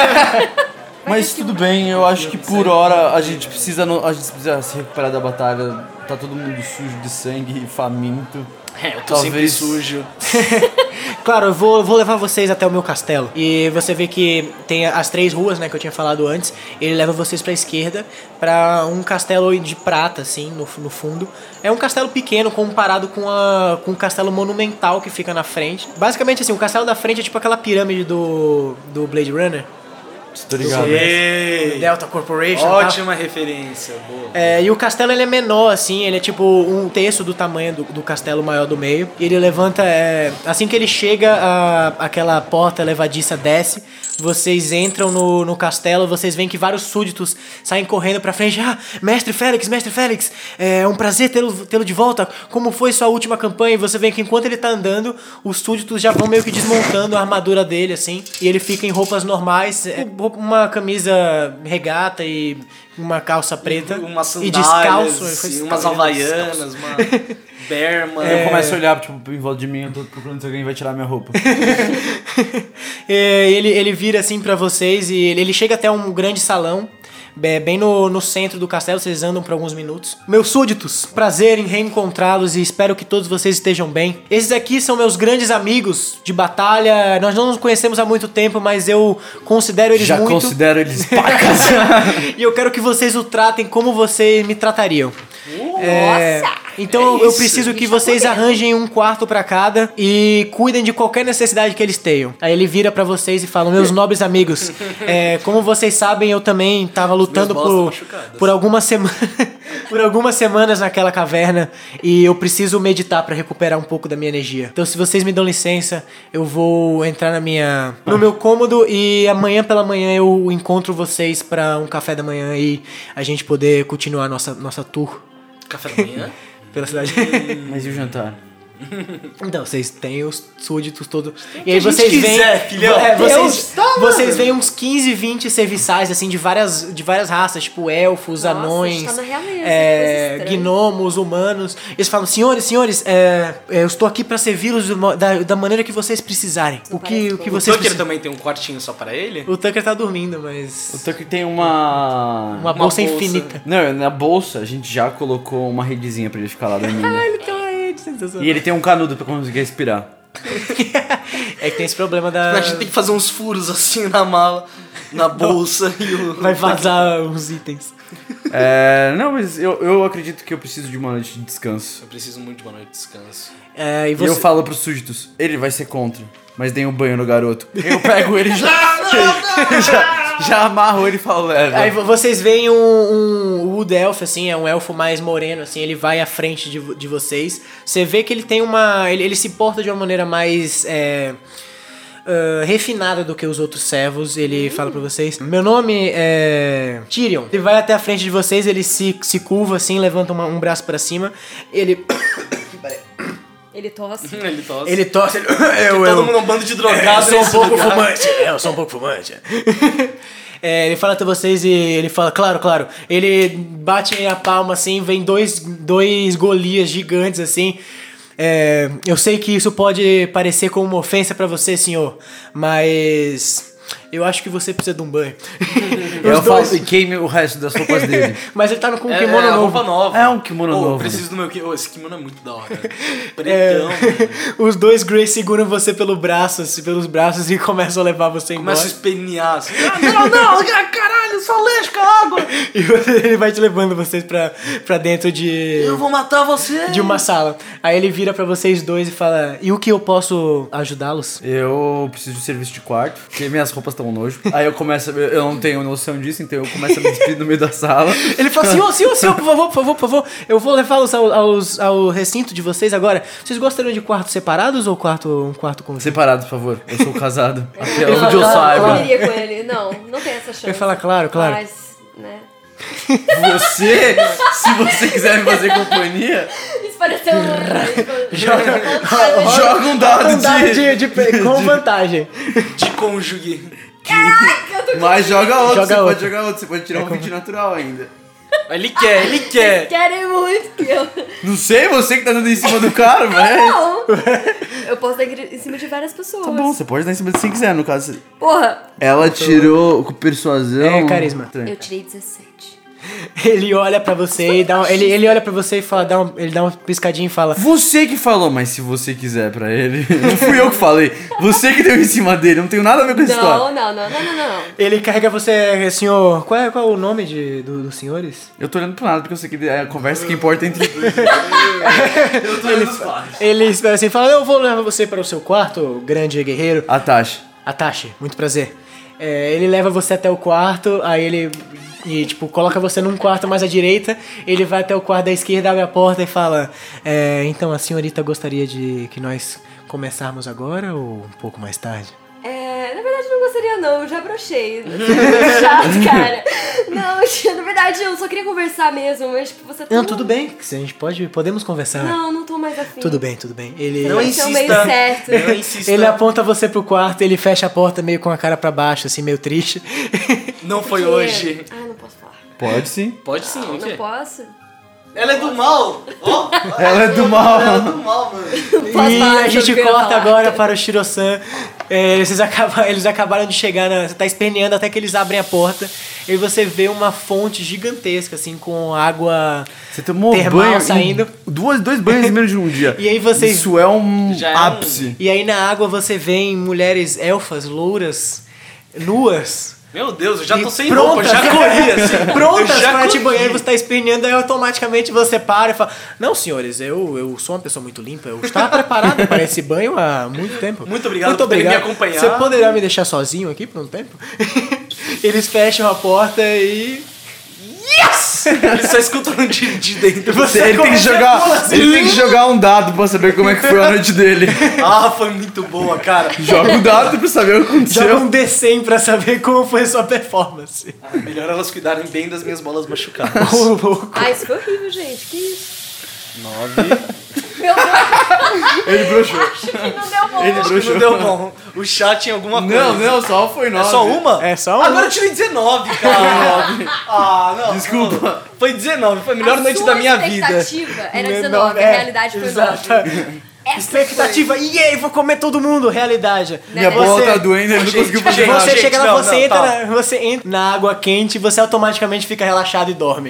Mas tudo bem, eu acho que por hora a gente precisa, a gente precisa se recuperar da batalha. Tá todo mundo sujo de sangue e faminto. É, eu tô Talvez... sempre sujo. Claro, eu vou, vou levar vocês até o meu castelo. E você vê que tem as três ruas, né, que eu tinha falado antes. Ele leva vocês pra esquerda, pra um castelo de prata, assim, no, no fundo. É um castelo pequeno comparado com, a, com um castelo monumental que fica na frente. Basicamente, assim, o castelo da frente é tipo aquela pirâmide do, do Blade Runner. Tô ligado. Delta Corporation. Ótima tá? referência, boa. É, e o castelo ele é menor, assim, ele é tipo um terço do tamanho do, do castelo maior do meio. E ele levanta, é, assim que ele chega, a, aquela porta levadiça desce, vocês entram no, no castelo, vocês veem que vários súditos saem correndo pra frente. Ah, mestre Félix, mestre Félix, é um prazer tê-lo, tê-lo de volta. Como foi sua última campanha? E você vê que enquanto ele tá andando, os súditos já vão meio que desmontando a armadura dele, assim. E ele fica em roupas normais, é, uma camisa regata e uma calça preta. Uma sandália, e descalço. Sim, umas havaianas, uma berma. É... Eu começo a olhar tipo, em volta de mim, eu tô procurando se alguém vai tirar minha roupa. é, ele, ele vira assim pra vocês e ele, ele chega até um grande salão. Bem no, no centro do castelo, vocês andam por alguns minutos. Meus súditos, prazer em reencontrá-los e espero que todos vocês estejam bem. Esses aqui são meus grandes amigos de batalha. Nós não nos conhecemos há muito tempo, mas eu considero eles Já muito... Já considero eles pacas. E eu quero que vocês o tratem como vocês me tratariam. Uh, é... Nossa! Então é eu preciso que vocês arranjem um quarto pra cada e cuidem de qualquer necessidade que eles tenham. Aí ele vira pra vocês e fala: meus nobres amigos, é, como vocês sabem, eu também tava lutando por, por algumas semanas por algumas semanas naquela caverna e eu preciso meditar pra recuperar um pouco da minha energia. Então se vocês me dão licença, eu vou entrar na minha no meu cômodo e amanhã pela manhã eu encontro vocês pra um café da manhã e a gente poder continuar nossa nossa tour. Café da manhã? Pela cidade. Mas e o jantar? Então, vocês têm os súditos todos. E aí vocês veem. Filhão. É, vocês, vocês veem uns quinze, vinte serviçais, assim, de várias, de várias raças, tipo elfos, Nossa, anões, tá na realeza, é, gnomos, humanos. Eles falam: senhores, senhores, é, eu estou aqui pra servi-los da, da maneira que vocês precisarem. O que, o que O vocês Tucker precisam. também tem um quartinho só pra ele? O Tucker tá dormindo, mas. O Tucker tem uma... Uma bolsa, bolsa. infinita. Não, na bolsa a gente já colocou uma redezinha pra ele ficar lá dormindo. Ah, ele tem uma rede sensacional. E ele tem um canudo pra conseguir respirar. É que tem esse problema da. A gente tem que fazer uns furos assim na mala, na bolsa e o... Vai vazar os itens. É, não, mas eu, eu acredito que eu preciso de uma noite de descanso. Eu preciso muito de uma noite de descanso. É, e E você... eu falo pros súditos: ele vai ser contra, mas dei um banho no garoto. Eu pego ele e já, já, já amarro ele e falo: leva. Aí vocês veem um, um Wood Elf, assim, é um elfo mais moreno, assim, ele vai à frente de, de vocês. Você vê que ele tem uma... Ele, ele se porta de uma maneira mais... É, uh, refinada do que os outros servos. Ele fala pra vocês: meu nome é Tyrion. Ele vai até a frente de vocês, ele se, se curva, assim, levanta uma, um braço pra cima. Ele... Ele tosse. Ele tosse. Ele tosse, ele... Eu, Todo mundo é um bando de drogados. eu sou um pouco lugar. fumante. É, eu sou um pouco fumante. É, ele fala até vocês e ele fala: claro, claro. Ele bate a palma assim, vem dois, dois Golias gigantes assim. É, eu sei que isso pode parecer como uma ofensa pra você, senhor, mas eu acho que você precisa de um banho. Eu Os falo dois- e queime o resto das roupas dele. Mas ele tá com um É, kimono é, novo. roupa nova. É um kimono Pô, novo. preciso do meu kimono. Esse kimono é muito da hora. É, Pretão. mano. os dois Grey seguram você pelo braço, assim, pelos braços e começam a levar você embora. Começa a espernear assim. Ah, não, não, caralho, sou alérgico à água. E você- ele vai te levando vocês pra, pra dentro de... Eu vou matar você! de uma sala. Aí ele vira pra vocês dois e fala: e o que eu posso ajudá-los? Eu preciso de serviço de quarto, porque minhas roupas estão nojo. Aí eu começo, a, eu não tenho noção disso, então eu começo a me despedir no meio da sala. Ele fala: senhor, senhor, senhor, por favor, por favor, por favor, eu vou levá-los ao, aos- ao recinto de vocês agora. Vocês gostariam de quartos separados ou quarto, um quarto conjunto? Separados, por favor. Eu sou casado. Até Eu onde eu não saiba. iria com ele. Não, não tem essa chance. Ele fala: claro, claro. Mas, né? Você, se você quiser me fazer companhia, Isso pareceu um... Joga- joga um dado Um dado de... de, de- com vantagem. De cônjuge. Mas joga outro, Joga você outro. pode jogar outro, você pode tirar um vinte natural ainda. Ele quer, ele quer. Querem muito que eu... Não sei, você que tá dando em cima do cara, velho. Não! Eu posso dar em cima de várias pessoas. Tá bom, você pode dar em cima de quem quiser, no caso. Porra! Ela tirou com persuasão. É, carisma. Eu tirei dezessete. Ele olha pra você e dá um, ele, ele olha pra você e fala, dá um, ele dá uma piscadinha e fala: Você que falou, mas se você quiser pra ele. Não fui eu que falei. Você que deu em cima dele, não tenho nada a ver com essa história. Não, não, não, não, não, não. ele carrega você, senhor. Qual é, qual é o nome de, do- dos senhores? Eu tô olhando pro nada porque eu sei que é a conversa que importa entre dois. Eu tô olhando os quadros. Ele espera assim e fala: eu vou levar você para o seu quarto, grande guerreiro. A Tasha. Atashi, muito prazer. É, ele leva você até o quarto, aí ele e, tipo, coloca você num quarto mais à direita, ele vai até o quarto da esquerda, abre a porta e fala: é, então a senhorita gostaria de que nós começarmos agora ou um pouco mais tarde? É, na verdade não gostaria não, eu já brochei. Chato, cara. Não, na verdade eu só queria conversar mesmo, mas tipo, você tá... Não, tudo bem, a gente pode, podemos conversar. Não, não tô mais afim. Tudo bem, tudo bem. Ele, Não Esse é o meio insista. certo. Não insista. ele aponta você pro quarto, ele fecha a porta meio com a cara pra baixo, assim, meio triste. Não foi Porque- hoje. Ah, não posso falar. Pode sim. Pode sim, o Não quê? posso? Ela é do mal. Ó, Ela é do mal. ela é do mal, mano. Posso E falar a gente sobre o que eu ia corta falar? agora para o Shiro-san. É, eles, acabam, eles acabaram de chegar, na, você tá esperneando até que eles abrem a porta. E você vê uma fonte gigantesca, assim, com água Você tomou termal banho saindo. em duas, dois banhos em menos de um dia. E aí vocês- Isso é um Já é um- ápice. E aí na água você vê mulheres elfas, louras, nuas. Meu Deus, eu já tô E sem roupa, prontas. já corri assim. Prontas Eu já para te corri. banhar, você tá esperneando, aí automaticamente você para e fala: não, senhores, eu, eu sou uma pessoa muito limpa, eu estava preparado para esse banho há muito tempo. Muito obrigado muito por terem obrigado. me acompanhado. Você poderá me deixar sozinho aqui por um tempo? Eles fecham a porta e... Eles só escutam de, de dentro. Você ele, tem que começa a jogar, pular assim. ele tem que jogar um dado pra saber como é que foi a noite dele. Ah, foi muito boa, cara. Joga o dado pra saber o que Joga aconteceu. um D cem pra saber como foi a sua performance. Ah, melhor elas cuidarem bem das minhas bolas machucadas. Ô, louco. Ah, isso foi horrível, gente. Que isso? Nove. Meu Deus, Ele broxou. acho que não deu bom. Ele Acho que não deu bom. O chat tinha alguma coisa. Não, não, só foi É nove. só uma? É só uma. Agora eu tirei dezenove, cara. Ah, não. Desculpa. não. Foi dezenove, foi a melhor A noite sua da minha vida. expectativa era Não, dezenove, é, a realidade foi exato. nove. Essa Expectativa, e aí, vou comer todo mundo. Realidade. Minha Você- bola tá doendo, ele não Gente, conseguiu fazer gente, nada. Você gente, chega lá, não, você, não, entra tá. na, você entra na água quente e você automaticamente fica relaxado e dorme.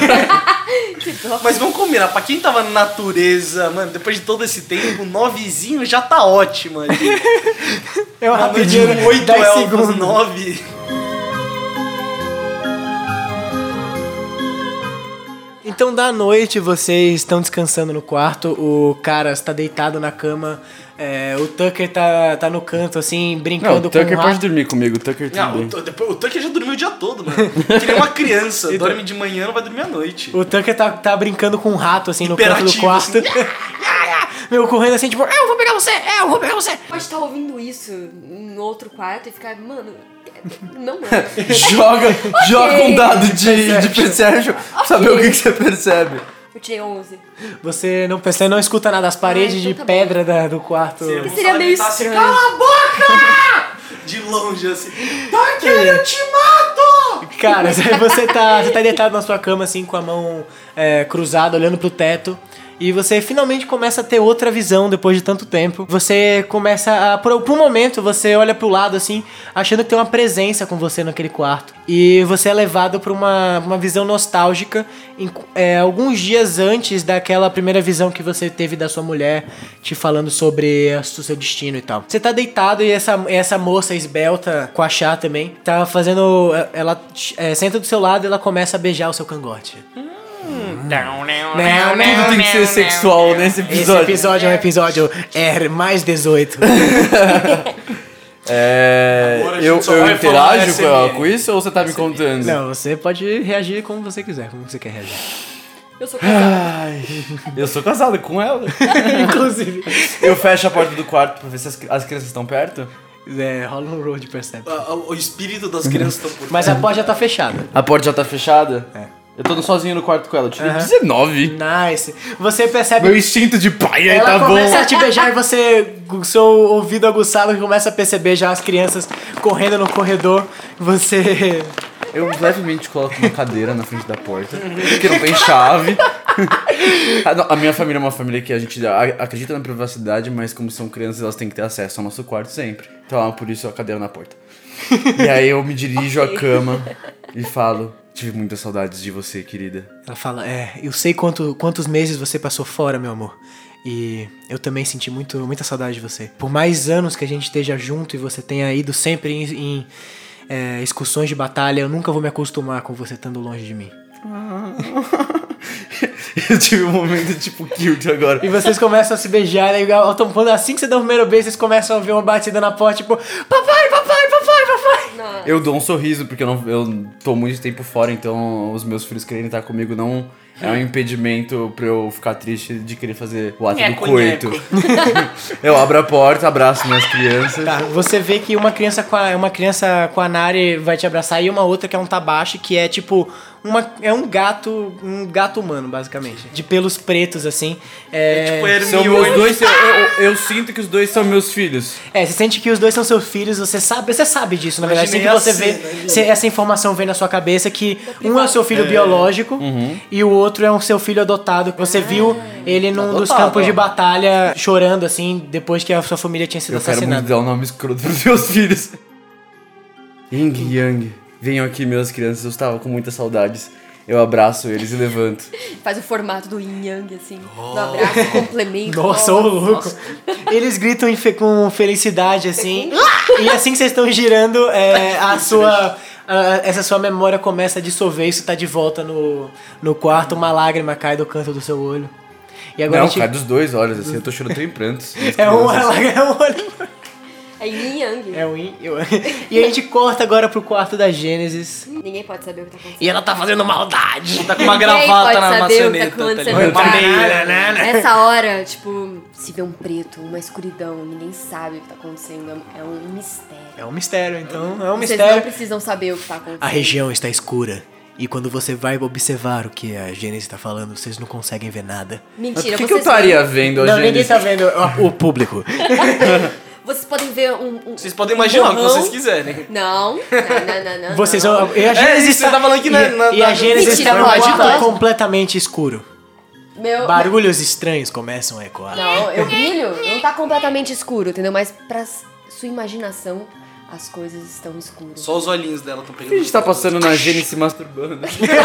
Que dó. Mas vamos combinar, pra quem tava na natureza, mano, depois de todo esse tempo, novezinho já tá ótimo ali. É uma Uma noite rapidinha, com oito dez elfos, segundos. nove. Então, da noite, vocês estão descansando no quarto, o cara está deitado na cama, é, o Tucker tá, tá no canto, assim, Não, brincando o com Tucker um pode rato. dormir comigo, o Tucker tudo Não, bem. o, Tu- depois- o Tucker já dormiu o dia todo, mano. Que nem uma criança, dorme de manhã, não vai dormir à noite. O Tucker tá, tá brincando com um rato, assim, no canto do Hiperativo, quarto. assim. Meu, correndo assim, tipo, eu vou pegar você, é, eu vou pegar você. Pode estar ouvindo isso em outro quarto e ficar, mano, não, mano. Joga, joga um dado de, de perception pra saber o que, que você percebe. Eu tirei onze. Você não, você não escuta nada, as paredes Ah, então de tá bom. pedra da- do quarto. Você seria só meio gritar assim, estranho. Cala a boca! De longe, assim. Tucker, eu te mato! Cara, aí você tá, você tá deitado na sua cama, assim, com a mão é, cruzada, olhando pro teto. E você finalmente começa a ter outra visão depois de tanto tempo. Você começa a... Por, por um momento, você olha pro lado, assim, achando que tem uma presença com você naquele quarto. E você é levado pra uma, uma visão nostálgica. Em, é, alguns dias antes daquela primeira visão que você teve da sua mulher, te falando sobre o seu destino e tal. Você tá deitado e essa, essa moça esbelta, com a chá também, tá fazendo... Ela é, senta do seu lado e ela começa a beijar o seu cangote. Não, não, não. Tudo tem que ser sexual nesse episódio. Esse episódio é um episódio R mais dezoito. É, Agora a gente eu só eu vai falar interajo S M R. com, com isso ou você tá me contando? Não, você pode reagir como você quiser, como você quer reagir. Eu sou casada. Ai, eu sou casado com ela. Inclusive. Eu fecho a porta do quarto pra ver se as, as crianças estão perto. É, rola um roll de perception. Ah, O espírito das crianças estão por Mas a porta já tá fechada. A porta já tá fechada? É. Eu tô sozinho no quarto com ela, eu tirei Aham. dezenove. Nice. Você percebe... Meu instinto de pai aí Ela tá bom. começa a te beijar e você, com seu ouvido aguçado, começa a perceber já as crianças correndo no corredor. Você... Eu levemente coloco uma cadeira na frente da porta, porque não tem chave. A no- A minha família é uma família que a gente a- acredita na privacidade, mas como são crianças, elas têm que ter acesso ao nosso quarto sempre. Então, por isso, a cadeira na porta. E aí eu me dirijo à cama e falo... Tive muitas saudades de você, querida. Ela fala, é, eu sei quanto, quantos meses você passou fora, meu amor. E eu também senti muito, muita saudade de você. Por mais anos que a gente esteja junto e você tenha ido sempre em, em é, excursões de batalha, eu nunca vou me acostumar com você estando longe de mim. Eu tive um momento tipo cute agora. E vocês começam a se beijar, e quando assim que você dá o primeiro beijo, vocês começam a ouvir uma batida na porta, tipo, papai, papai, papai, papai. Não. Eu dou um sorriso, porque eu, não, eu tô muito tempo fora, então os meus filhos quererem estar comigo não é um impedimento pra eu ficar triste de querer fazer o ato do Nheco, coito. nheco. Eu abro a porta, abraço minhas crianças. Tá, você vê que uma criança com a, uma criança com a Nari vai te abraçar e uma outra que é um Tabashi, que é tipo uma, é um gato, um gato humano, basicamente, de pelos pretos assim. É, É tipo São meus Hermione. dois, eu, eu, eu sinto que os dois são meus filhos. é, você sente que os dois são seus filhos, você sabe, você sabe disso, na verdade, Imaginei sempre que você a vê, cena ali. você- essa informação vem na sua cabeça que um é o seu filho biológico e o outro é um seu filho adotado. Você viu ele num dos Adotado, campos ó. de batalha chorando assim depois que a sua família tinha sido Eu quero muito assassinada. dar um nome escroto pros meus filhos. Ying e Yang, venham aqui, meus crianças, eu estava com muitas saudades. Eu abraço eles e levanto. Faz o formato do yin yang, assim. Do abraço, complemento. Nossa, ô louco. Eles gritam em fe- com felicidade, assim. E assim que vocês estão girando, é, a sua. a- essa sua memória começa a dissolver. Isso tá de volta no, no quarto. Uma lágrima cai do canto do seu olho. E agora Não, a gente. cai dos dois olhos, assim, eu tô chorando em prantos. minhas É uma crianças. lágrima, é um olho. É yin yang. É um in- eu- E a gente corta agora pro quarto da Gênesis. Ninguém pode saber o que tá acontecendo. E ela tá fazendo maldade. Tá com uma Ninguém gravata pode na saber o que maçaneta, tá tá acontecendo. ligado? Uma meia. Nessa hora, tipo, se vê um preto, uma escuridão, ninguém sabe o que tá acontecendo. É é um mistério. É um mistério, então. É um Vocês mistério. não precisam saber o que tá acontecendo. A região está escura. E quando você vai observar o que a Gênesis está falando, vocês não conseguem ver nada. Mas Mentira, por que, que eu vocês estaria vendo a Não, Gênesis? ninguém tá vendo o, o público. Vocês podem ver um. um Vocês podem imaginar o que borrão. vocês quiserem. Não, não, não, não, não. Vocês não. vão. E a É, Gênesis isso, você tá falando que e, na- na- e a na- Gênesis Mentira, está num pode, quarto pode. completamente escuro. Meu, Barulhos estranhos começam a ecoar. Não, eu brilho. Não tá completamente escuro, entendeu? Mas pra s- sua imaginação, as coisas estão escuras. Só os olhinhos dela estão Por que a pegando. gente tá passando na Gênesis se masturbando?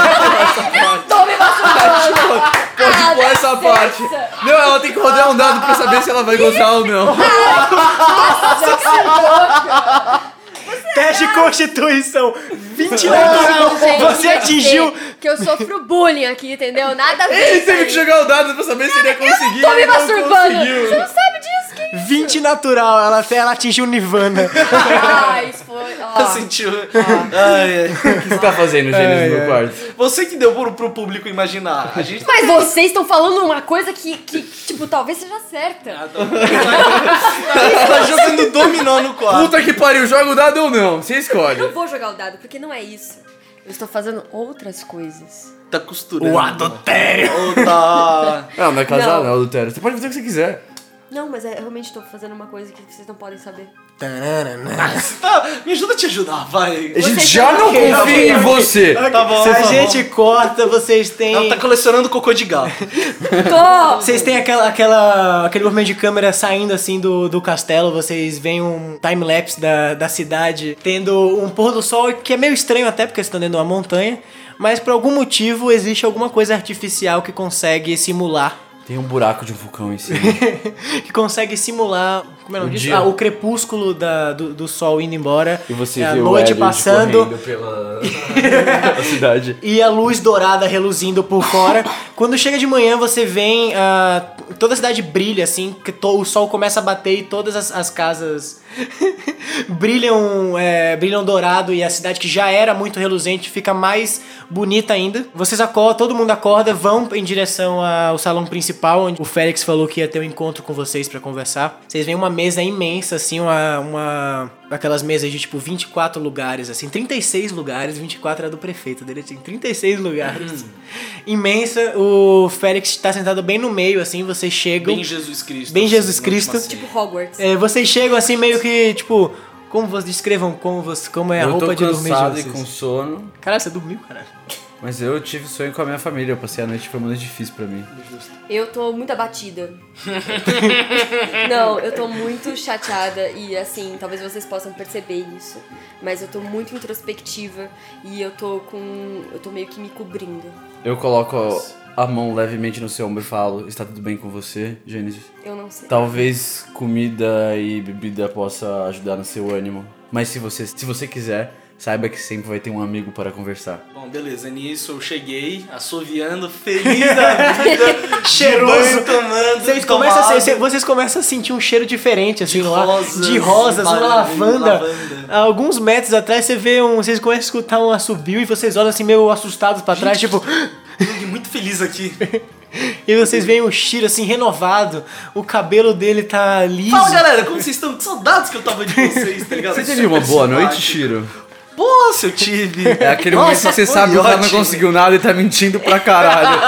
Tome masturbando! Pode pôr essa dá parte. licença. Não, ela tem que rodar um dado pra saber se ela vai gostar ou não. Teste de Constituição vinte natural. Gente, Você tem que atingiu. ser Que eu sofro bullying aqui, entendeu? Nada a ver. Ele isso teve aí. que jogar o dado pra saber se ele ia conseguir. Tô me ele não masturbando! conseguiu. Você não sabe disso, que vinte natural. Ela, ela atingiu o Nirvana. Ah, isso foi. Ó. Sentiu. Ai, ai. O que você tá fazendo, Gênesis, Ai, no meu ai. quarto? Você que deu pro, pro público imaginar. A gente Mas vocês estão falando uma coisa que, que, tipo, talvez seja certa. tá jogando dominó no quarto. Puta que pariu, joga o dado ou não? Você escolhe. Não vou jogar o dado, porque não é isso. Eu estou fazendo outras coisas. Tá costurando. O adultério. Ou tá... Não, não é casado, Não. não, adultério. Você pode fazer o que você quiser. Não, mas é, eu realmente tô fazendo uma coisa que vocês não podem saber. Tá, me ajuda a te ajudar, vai. A gente Você já tá não ok, confia ok, em ok. você. Tá bom, A tá bom. gente corta, vocês têm... Ela tá colecionando cocô de gato. Tô! Vocês têm aquela, aquela, aquele movimento de câmera saindo assim do, do castelo, vocês veem um time-lapse da, da cidade tendo um pôr do sol que é meio estranho até porque vocês estão dentro de uma montanha, mas por algum motivo existe alguma coisa artificial que consegue simular, Tem um buraco de um vulcão em cima. que consegue simular, como é o O nome disso? dia. Ah, o crepúsculo da, do, do sol indo embora, E você a vê o noite Edward passando correndo pela a cidade. e a luz dourada reluzindo por fora. Quando chega de manhã, você vê ah, toda a cidade brilha, assim, que to- o sol começa a bater e todas as, as casas brilham, é, brilham dourado e a cidade que já era muito reluzente fica mais bonita ainda. Vocês acordam, todo mundo acorda, vão em direção ao salão principal, onde o Félix falou que ia ter um encontro com vocês pra conversar. Vocês veem uma mesa imensa, assim, uma... uma aquelas mesas de tipo vinte e quatro lugares, assim, trinta e seis lugares, vinte e quatro era do prefeito dele, tinha trinta e seis lugares. Imensa, o Félix tá sentado bem no meio, assim, vocês chegam... Bem Jesus Cristo. Bem assim, Jesus na Cristo. última cena. Tipo Hogwarts. É, vocês chegam assim meio que, tipo, como vocês descrevam como, você, como é a Eu roupa tô de dormir de cansado e vocês. com sono, Caralho, você dormiu, caralho? mas eu tive sonho com a minha família. Eu passei a noite, foi uma noite difícil pra mim. Eu tô muito abatida. Não, eu tô muito chateada e assim, talvez vocês possam perceber isso. Mas eu tô muito introspectiva e eu tô com. Eu tô meio que me cobrindo. Eu coloco a mão levemente no seu ombro e falo: está tudo bem com você, Gênesis? Eu não sei. Talvez comida e bebida possa ajudar no seu ânimo. Mas se você, se você quiser, saiba que sempre vai ter um amigo para conversar. Bom, beleza, nisso eu cheguei, assoviando, feliz da vida, Cheiroso. tomando, Vocês começam, a, tomado. se- vocês começam a sentir um cheiro diferente, assim, De lá. rosas, de rosas, uma barulho, lavanda. lavanda. A alguns metros atrás você vê um. Vocês começam a escutar um assobio e vocês olham assim meio assustados pra trás, tipo. Fiquei muito feliz aqui. E vocês veem o Shiro assim, renovado. O cabelo dele tá liso. Fala, galera, como vocês estão? Que saudades que eu tava de vocês, tá ligado? Você teve uma boa noite, Simpático. Shiro? Pô, se eu tive. É aquele Nossa, momento que você foi sabe que o cara não ótimo. conseguiu nada e tá mentindo pra caralho.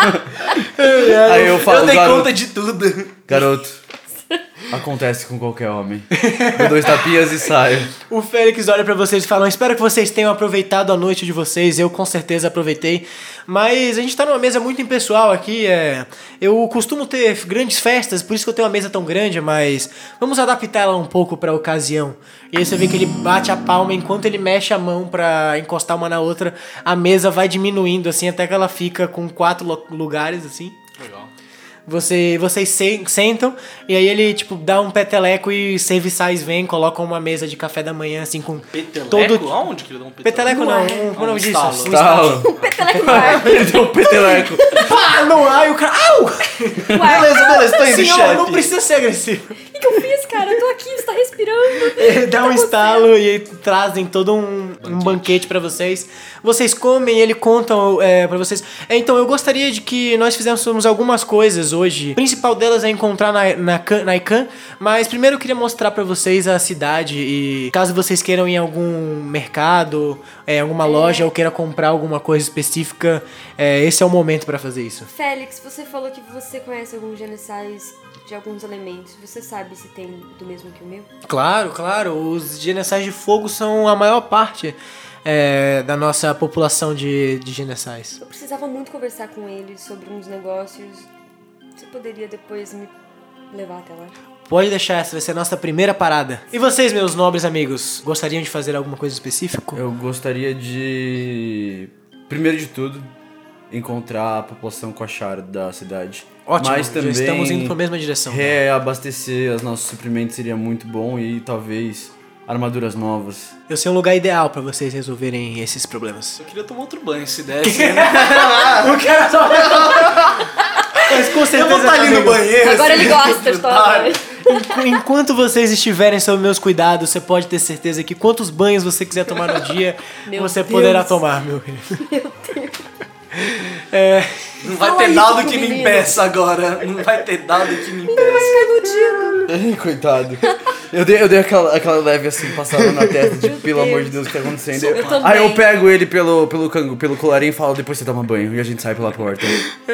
Aí eu falo, Eu dei garoto, conta de tudo. garoto, acontece com qualquer homem. Dou dois tapinhas e saio. O Félix olha pra vocês e fala: espero que vocês tenham aproveitado a noite de vocês. Eu com certeza aproveitei. Mas a gente tá numa mesa muito impessoal aqui. É... Eu costumo ter grandes festas, por isso que eu tenho uma mesa tão grande, mas vamos adaptar ela um pouco pra ocasião. E aí você vê que ele bate a palma enquanto ele mexe a mão pra encostar uma na outra. A mesa vai diminuindo assim até que ela fica com quatro lo- lugares assim. Legal. Você, vocês se- sentam e aí ele tipo dá um peteleco e serviçais vêm, colocam uma mesa de café da manhã assim com Peteleco? todo Aonde que ele dá um peteleco? peteleco não, um, como é o nome Um disso? estalo. Um Talo. Peteleco no ar. Ele deu um peteleco. Pá, no ar e o cara, au! Beleza, beleza, tô indo, Senhor, chefe. não precisa ser agressivo. O que, que eu fiz, cara? Eu tô aqui, você tá respirando. Ele dá um estalo e trazem todo um, um banquete pra vocês. Vocês comem e ele conta é, pra vocês. É, então, eu gostaria de que nós fizéssemos algumas coisas hoje. O principal delas é encontrar na, na, Can- na Ican, mas primeiro eu queria mostrar pra vocês a cidade e caso vocês queiram ir em algum mercado, é, alguma loja ou queira comprar alguma coisa específica, é, esse é o momento pra fazer isso. Félix, você falou que você conhece alguns genesais de alguns elementos. Você sabe se tem do mesmo que o meu? Claro, claro. Os genesais de fogo são a maior parte é, da nossa população de, de genesais. Eu precisava muito conversar com ele sobre uns negócios. Você poderia depois me levar até lá? Pode deixar, essa vai ser a nossa primeira parada. E vocês, meus nobres amigos, gostariam de fazer alguma coisa específica? Eu gostaria de, primeiro de tudo, encontrar a população coachara da cidade. Ótimo, Mas já também estamos indo pra mesma direção. reabastecer os nossos suprimentos seria muito bom e talvez armaduras novas. Eu sei um lugar ideal pra vocês resolverem esses problemas. Eu queria tomar outro banho, se desse. O cara só... Mas com certeza, Eu vou estar ali no amigo, banheiro. Agora assim, ele gosta de tomar banho. enqu- Enquanto vocês estiverem sob meus cuidados, você pode ter certeza que quantos banhos você quiser tomar no dia, Meu você Deus. poderá tomar, meu querido. Meu Deus. É... Não vai Fala ter isso dado pro que me menino. impeça agora. Não vai ter dado que me impeça. Vai cair no dia. Coitado. Eu dei, eu dei aquela, aquela leve assim, passada na testa, tipo, pelo Deus. amor de Deus, o que tá acontecendo? Eu também. Aí eu pego ele pelo, pelo, cango, pelo colarinho e falo, depois você toma banho. E a gente sai pela porta.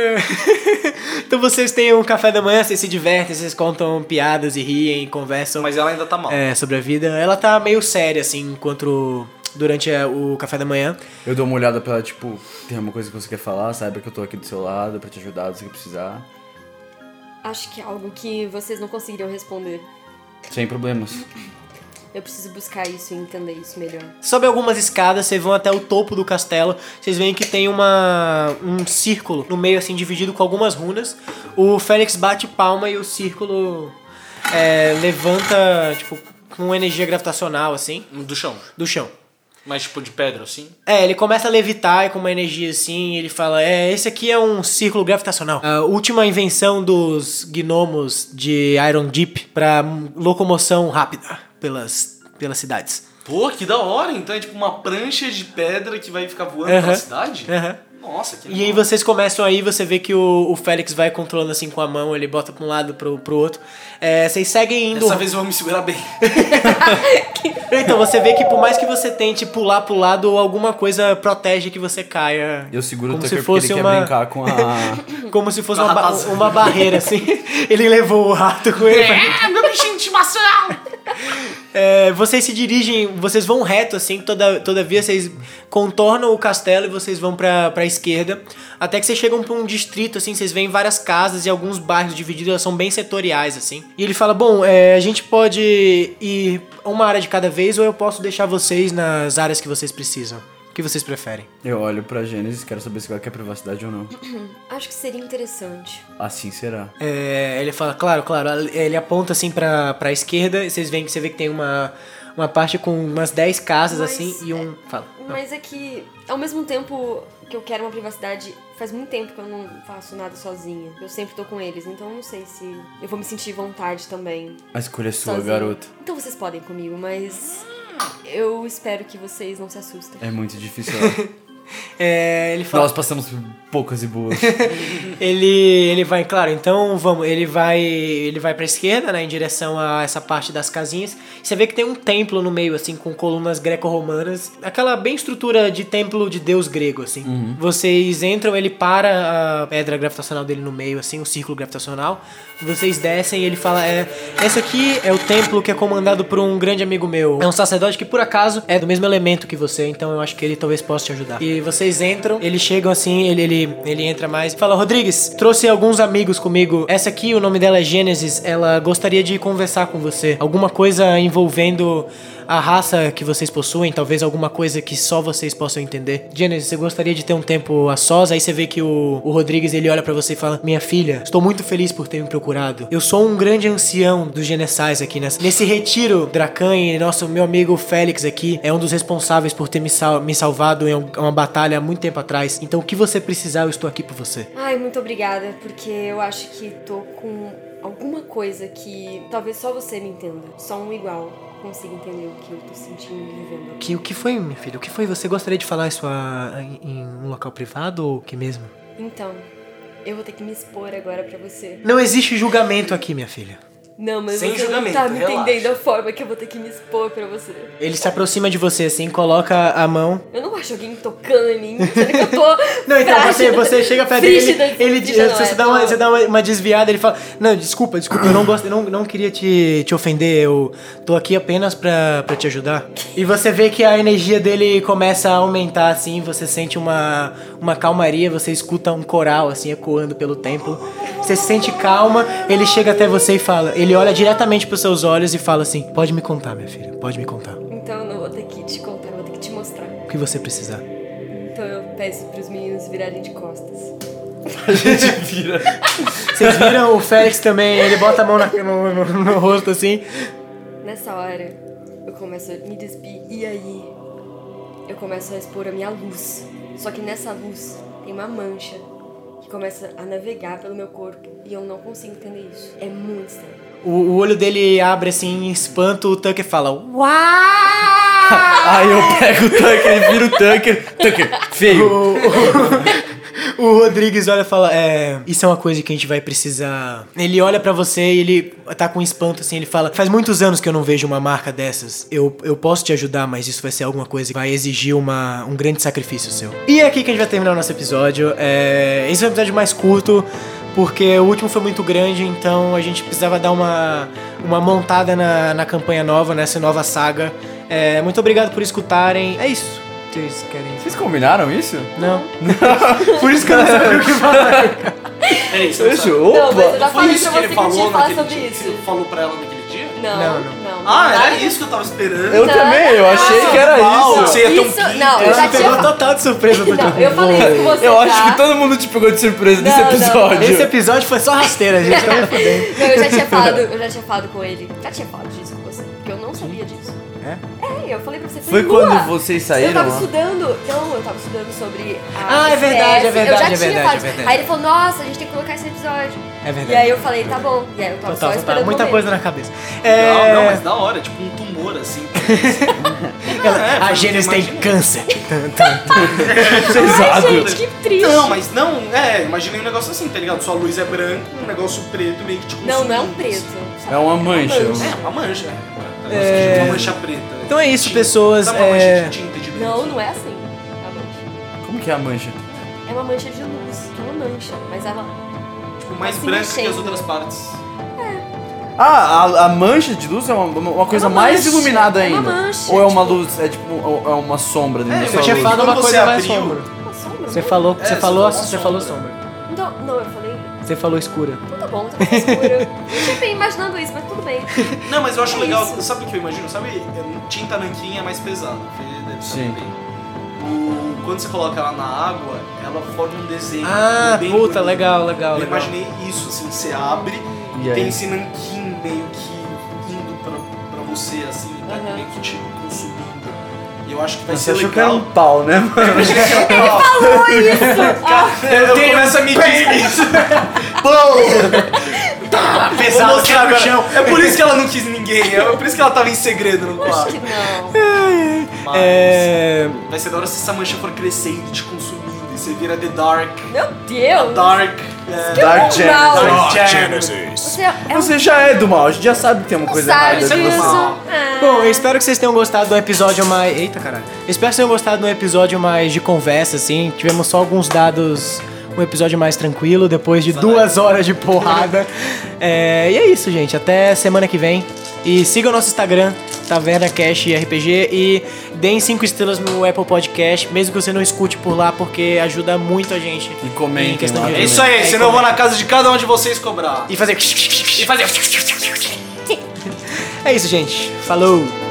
Então vocês têm um café da manhã, vocês se divertem, vocês contam piadas e riem, conversam Mas ela ainda tá mal. é, sobre a vida. Ela tá meio séria, assim, enquanto durante é, o café da manhã. Eu dou uma olhada pra ela, tipo, tem alguma coisa que você quer falar, saiba que eu tô aqui do seu lado pra te ajudar se você precisar. Acho que é algo que vocês não conseguiriam responder. Sem problemas. Eu preciso buscar isso e entender isso melhor. Sobe algumas escadas, vocês vão até o topo do castelo. Vocês veem que tem uma um círculo no meio, assim, dividido com algumas runas. O Félix bate palma e o círculo é, levanta, tipo, com energia gravitacional, assim, Do chão. do chão. Mas tipo de pedra, assim. É, ele começa a levitar e com uma energia assim, ele fala, é, esse aqui é um círculo gravitacional. A última invenção dos gnomos de Iron Deep pra locomoção rápida pelas, pelas cidades. Pô, que da hora. Então é tipo uma prancha de pedra que vai ficar voando Aham. pela cidade? Aham. Nossa, que E aí vocês começam aí, você vê que o, o Félix vai controlando assim com a mão, ele bota pra um lado, pro, pro outro. É, vocês seguem indo... Dessa vez eu vou me segurar bem. Então, você vê que por mais que você tente pular pro lado, alguma coisa protege que você caia. Eu seguro como o se Tucker fosse porque ele uma... quer brincar com a... Como se fosse Com a uma, ba- ratazana. uma barreira, assim. Ele levou o rato com ele. É, meu bichinho de estimação! É, vocês se dirigem, vocês vão reto, assim, toda, todavia vocês contornam o castelo e vocês vão pra, pra esquerda. Até que vocês chegam pra um distrito, assim, vocês veem várias casas e alguns bairros divididos, elas são bem setoriais, assim. E ele fala, bom, é, a gente pode ir uma área de cada vez ou eu posso deixar vocês nas áreas que vocês precisam. O que vocês preferem? Eu olho pra Gênesis, quero saber se ela quer privacidade ou não. Acho que seria interessante. Assim será. É, ele fala, claro, claro, ele aponta assim pra, pra esquerda e vocês veem que você vê que tem uma, uma parte com umas dez casas, Mas assim, e um... Fala. Mas é que, ao mesmo tempo que eu quero uma privacidade, faz muito tempo que eu não faço nada sozinha. Eu sempre tô com eles, então eu não sei se eu vou me sentir vontade também. A escolha é sua, sozinha. garota. Então vocês podem comigo, mas eu espero que vocês não se assustem. É muito difícil. Ó. É, ele fala... Nós passamos por poucas e boas. ele, ele vai, claro, então vamos, ele vai ele vai pra esquerda, né, em direção a essa parte das casinhas. Você vê que tem um templo no meio, assim, com colunas greco-romanas. Aquela bem estrutura de templo de deus grego, assim. Uhum. Vocês entram, ele para a pedra gravitacional dele no meio, assim, um círculo gravitacional. Vocês descem e ele fala, é, esse aqui é o templo que é comandado por um grande amigo meu. É um sacerdote que, por acaso, é do mesmo elemento que você, então eu acho que ele talvez possa te ajudar. E vocês entram, eles chegam assim, ele, ele, ele entra mais e fala, Rodrigues, trouxe alguns amigos comigo. Essa aqui, o nome dela é Gênesis, ela gostaria de conversar com você. Alguma coisa envolvendo a raça que vocês possuem, talvez alguma coisa que só vocês possam entender. Gênesis, você gostaria de ter um tempo a sós? Aí você vê que o, o Rodrigues, ele olha pra você e fala, minha filha, estou muito feliz por ter me procurado. Eu sou um grande ancião dos Genesais aqui nessa, nesse retiro. Dracan e nosso meu amigo Félix aqui é um dos responsáveis por ter me, sal, me salvado em uma batalha há muito tempo atrás. Então o que você precisar, eu estou aqui por você. Ai, muito obrigada, porque eu acho que tô com alguma coisa que talvez só você me entenda. Só um igual consiga entender o que eu tô sentindo e vivendo. Que, o que foi, minha filha? O que foi? Você gostaria de falar isso a, em, em um local privado ou o que mesmo? Então, eu vou ter que me expor agora pra você. Não existe julgamento aqui, minha filha. Não, mas Sem você julgamento, não tá me relaxa. entendendo a forma que eu vou ter que me expor pra você. Ele se aproxima de você assim, coloca a mão. Eu não acho alguém tocando em mim, sendo que eu tô Não, então você, você chega perto dele, Frígida, ele, ele frígida não, você, é, dá uma, tô- você dá uma, uma desviada, ele fala, não, desculpa, desculpa, eu não gosto, eu não, não queria te, te ofender, eu tô aqui apenas pra, pra te ajudar. E você vê que a energia dele começa a aumentar assim, você sente uma, uma calmaria, você escuta um coral assim, ecoando pelo templo. Você se sente calma, ele chega até você e fala, ele olha diretamente pros seus olhos e fala assim, pode me contar, minha filha, pode me contar. Então eu não vou ter que te contar, eu vou ter que te mostrar. O que você precisar. Então eu peço pros meninos virarem de costas. A gente vira. Vocês viram o Félix também, ele bota a mão na- no, no, no rosto assim. Nessa hora, eu começo a me despir e aí eu começo a expor a minha luz. Só que nessa luz tem uma mancha que começa a navegar pelo meu corpo e eu não consigo entender isso. É muito estranho. O, o olho dele abre assim em espanto, o Tucker fala, uau! Aí eu pego o Tucker e viro o Tucker. Tucker, feio. O, o, O Rodrigues olha e fala, é, isso é uma coisa que a gente vai precisar... Ele olha pra você e ele tá com espanto, assim, ele fala, faz muitos anos que eu não vejo uma marca dessas. Eu, eu posso te ajudar, mas isso vai ser alguma coisa que vai exigir uma, um grande sacrifício seu. E é aqui que a gente vai terminar o nosso episódio. É, esse é um episódio mais curto, porque o último foi muito grande, então a gente precisava dar uma, uma montada na, na campanha nova, nessa nova saga. É, muito obrigado por escutarem. É isso. Vocês querem... Vocês combinaram isso? Não. Por isso que eu não sabia o que falar. É isso, Deixa, Não, mas eu opa! já Foi falei isso pra que ele você que a gente falou ia falar naquele sobre dia? isso. Você falou pra ela naquele dia? Não, Não, não. não. não. Ah, Nada era de- isso que eu tava esperando. Eu Não, também, eu achei não. que era Uau, isso. você ia ter um Isso, pinto. não, eu Ela já me pegou tinha... total de surpresa. Porque Não, eu falei isso com você, Eu acho tá? que todo mundo te pegou de surpresa nesse Não, não. episódio. Esse episódio foi só rasteira, gente. Tá me fudendo. Não, eu já tinha falado, eu já tinha falado com ele. Já tinha falado disso com você, porque eu não sabia disso. É? É, eu falei pra você. Foi falei, quando Lua, vocês Eu saíram tava lá? estudando, não, eu tava estudando sobre a Ah, é verdade, é espécie. verdade, eu já é tinha verdade, falado. é verdade. Aí ele falou, nossa, a gente tem que colocar esse episódio. É verdade. E aí eu falei, tá bom. E aí eu tava Total, só total. esperando o Muita momento. coisa na cabeça. Não, É... não, mas da hora, tipo um tumor assim. Ela- É, a foi Gênesis o que eu tem imaginei. câncer. Tum, tum, tum. Ai, gente, que triste. Não, mas não, é, imaginei um negócio assim, tá ligado? Sua luz é branca, um negócio preto meio que te Não, não é um consumindo, preto. É uma mancha. mancha. É, uma mancha. É. É. Uma mancha preta. Então é isso, Tinta. pessoas, Sabe uma é- mancha de tinta de luz? Não, não é assim. A mancha. Como que é a mancha? É uma mancha de luz, que é uma mancha. Mas ela. Tipo, mais Tá se branca que as mexendo. outras partes. Ah, a, a mancha de luz é uma, uma coisa É uma mais mancha, iluminada é uma ainda. mancha, Ou é uma tipo- luz, é tipo, é uma sombra dentro É, da eu sua tinha luz? falado Quando uma você coisa mais abriu- sombra. Uma sombra. Você não? falou, É, você você falou, falou você falou sombra. sombra. Então, não, eu falei. Você falou escura. Então tá bom, tá mais escuro. Eu não tinha imaginando isso, mas tudo bem. Não, mas eu acho É legal, isso. sabe o que eu imagino? Sabe, é, tinta nanquim é mais pesado, porque deve Sim. saber bem. O, quando você coloca ela na água, ela forma um desenho. Ah, bem puta, bonito. legal, legal, Eu legal. imaginei isso, assim, você abre E e tem aí? esse nanquim meio que indo pra, pra você, assim, tá Aham. meio que te consumindo. E eu acho que vai Você ser achou que era legal. um pau, né, mano? Falou isso! Eu, eu começo a medir isso. Tá Vou pesado, mostrar cai no agora. chão. É por isso que ela não quis ninguém, é por isso que ela tava em segredo no Acho quarto. que não. Mas É... vai ser da hora se essa mancha for crescendo e te consumindo. E você vira The Dark. Meu A Deus! Dark. É, Que Dark mal. Genesis. Dark Genesis. Você é um Você já é do mal, a gente já sabe que tem uma coisa sabe errada. é disso. normal. Ah. Bom, eu espero que vocês tenham gostado do episódio mais... Eita, caralho. Eu espero que vocês tenham gostado do episódio mais de conversa, assim. Tivemos só alguns dados... Um episódio mais tranquilo, depois de duas horas de porrada. É, e é isso, gente. Até semana que vem. E siga o nosso Instagram, Taverna Cash R P G. E deem cinco estrelas no Apple Podcast, mesmo que você não escute por lá, porque ajuda muito a gente. E comentem em questão lá de É também. isso aí, É, senão eu vou comenta. na casa de cada um de vocês cobrar. E fazer... E fazer. É isso, gente. Falou!